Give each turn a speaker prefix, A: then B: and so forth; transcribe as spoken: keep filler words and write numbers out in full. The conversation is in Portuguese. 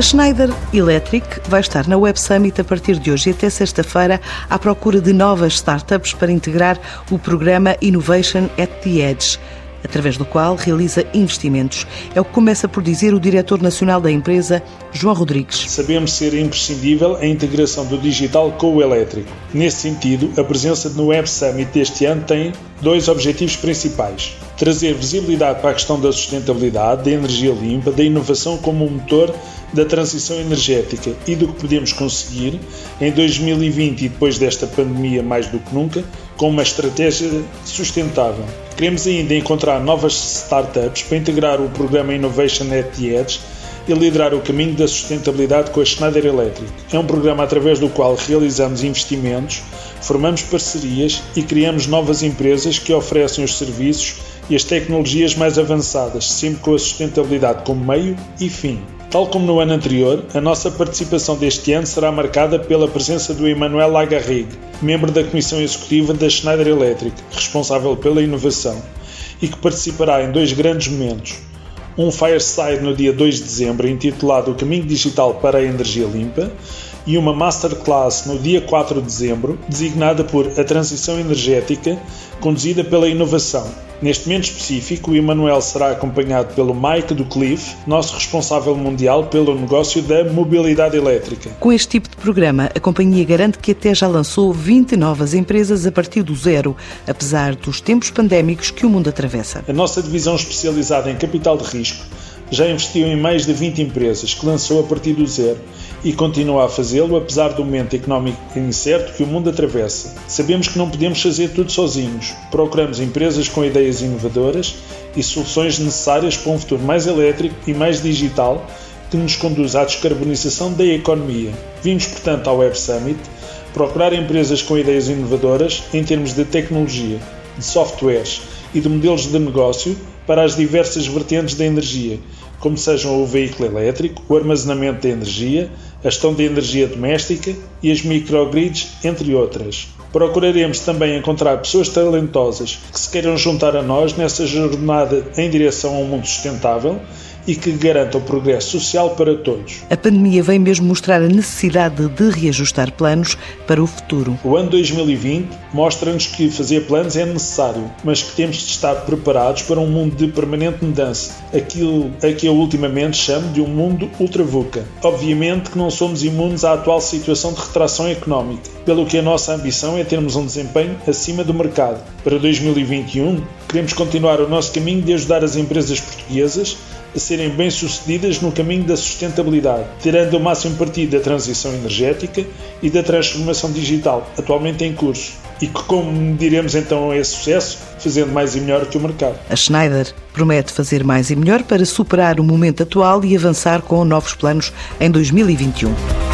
A: A Schneider Electric vai estar na Web Summit a partir de hoje e até sexta-feira à procura de novas startups para integrar o programa Innovation at the Edge, através do qual realiza investimentos. É o que começa por dizer o diretor nacional da empresa, João Rodrigues.
B: Sabemos ser imprescindível a integração do digital com o elétrico. Nesse sentido, a presença no Web Summit deste ano tem dois objetivos principais. Trazer visibilidade para a questão da sustentabilidade, da energia limpa, da inovação como motor da transição energética e do que podemos conseguir em dois mil e vinte e depois desta pandemia mais do que nunca, com uma estratégia sustentável. Queremos ainda encontrar novas startups para integrar o programa Innovation at the Edge e liderar o caminho da sustentabilidade com a Schneider Electric. É um programa através do qual realizamos investimentos, formamos parcerias e criamos novas empresas que oferecem os serviços e as tecnologias mais avançadas, sempre com a sustentabilidade como meio e fim. Tal como no ano anterior, a nossa participação deste ano será marcada pela presença do Emmanuel Lagarrigue, membro da Comissão Executiva da Schneider Electric, responsável pela inovação, e que participará em dois grandes momentos. Um Fireside no dia dois de dezembro, intitulado O Caminho Digital para a Energia Limpa, e uma Masterclass no dia quatro de dezembro, designada por A Transição Energética, conduzida pela Inovação. Neste momento específico, o Emmanuel será acompanhado pelo Mike do Cliff, nosso responsável mundial pelo negócio da mobilidade elétrica.
A: Com este tipo de programa, a companhia garante que até já lançou vinte novas empresas a partir do zero, apesar dos tempos pandémicos que o mundo atravessa.
B: A nossa divisão especializada em capital de risco já investiu em mais de vinte empresas que lançou a partir do zero e continua a fazê-lo apesar do momento económico incerto que o mundo atravessa. Sabemos que não podemos fazer tudo sozinhos. Procuramos empresas com ideias inovadoras e soluções necessárias para um futuro mais elétrico e mais digital que nos conduz à descarbonização da economia. Vimos, portanto, ao Web Summit procurar empresas com ideias inovadoras em termos de tecnologia, de softwares e de modelos de negócio para as diversas vertentes da energia, como sejam o veículo elétrico, o armazenamento da energia, a gestão da energia doméstica e as microgrids, entre outras. Procuraremos também encontrar pessoas talentosas que se queiram juntar a nós nessa jornada em direção a um mundo sustentável e que garanta o progresso social para todos.
A: A pandemia vem mesmo mostrar a necessidade de reajustar planos para o futuro.
B: O ano dois mil e vinte mostra-nos que fazer planos é necessário, mas que temos de estar preparados para um mundo de permanente mudança, aquilo a que eu ultimamente chamo de um mundo ultra-VUCA. Obviamente que não somos imunes à atual situação de retração económica, pelo que a nossa ambição é termos um desempenho acima do mercado. Para dois mil e vinte e um, queremos continuar o nosso caminho de ajudar as empresas portuguesas a serem bem-sucedidas no caminho da sustentabilidade, tirando o máximo partido da transição energética e da transformação digital, atualmente em curso, e que como mediremos então esse sucesso, fazendo mais e melhor que o mercado.
A: A Schneider promete fazer mais e melhor para superar o momento atual e avançar com novos planos em dois mil e vinte e um.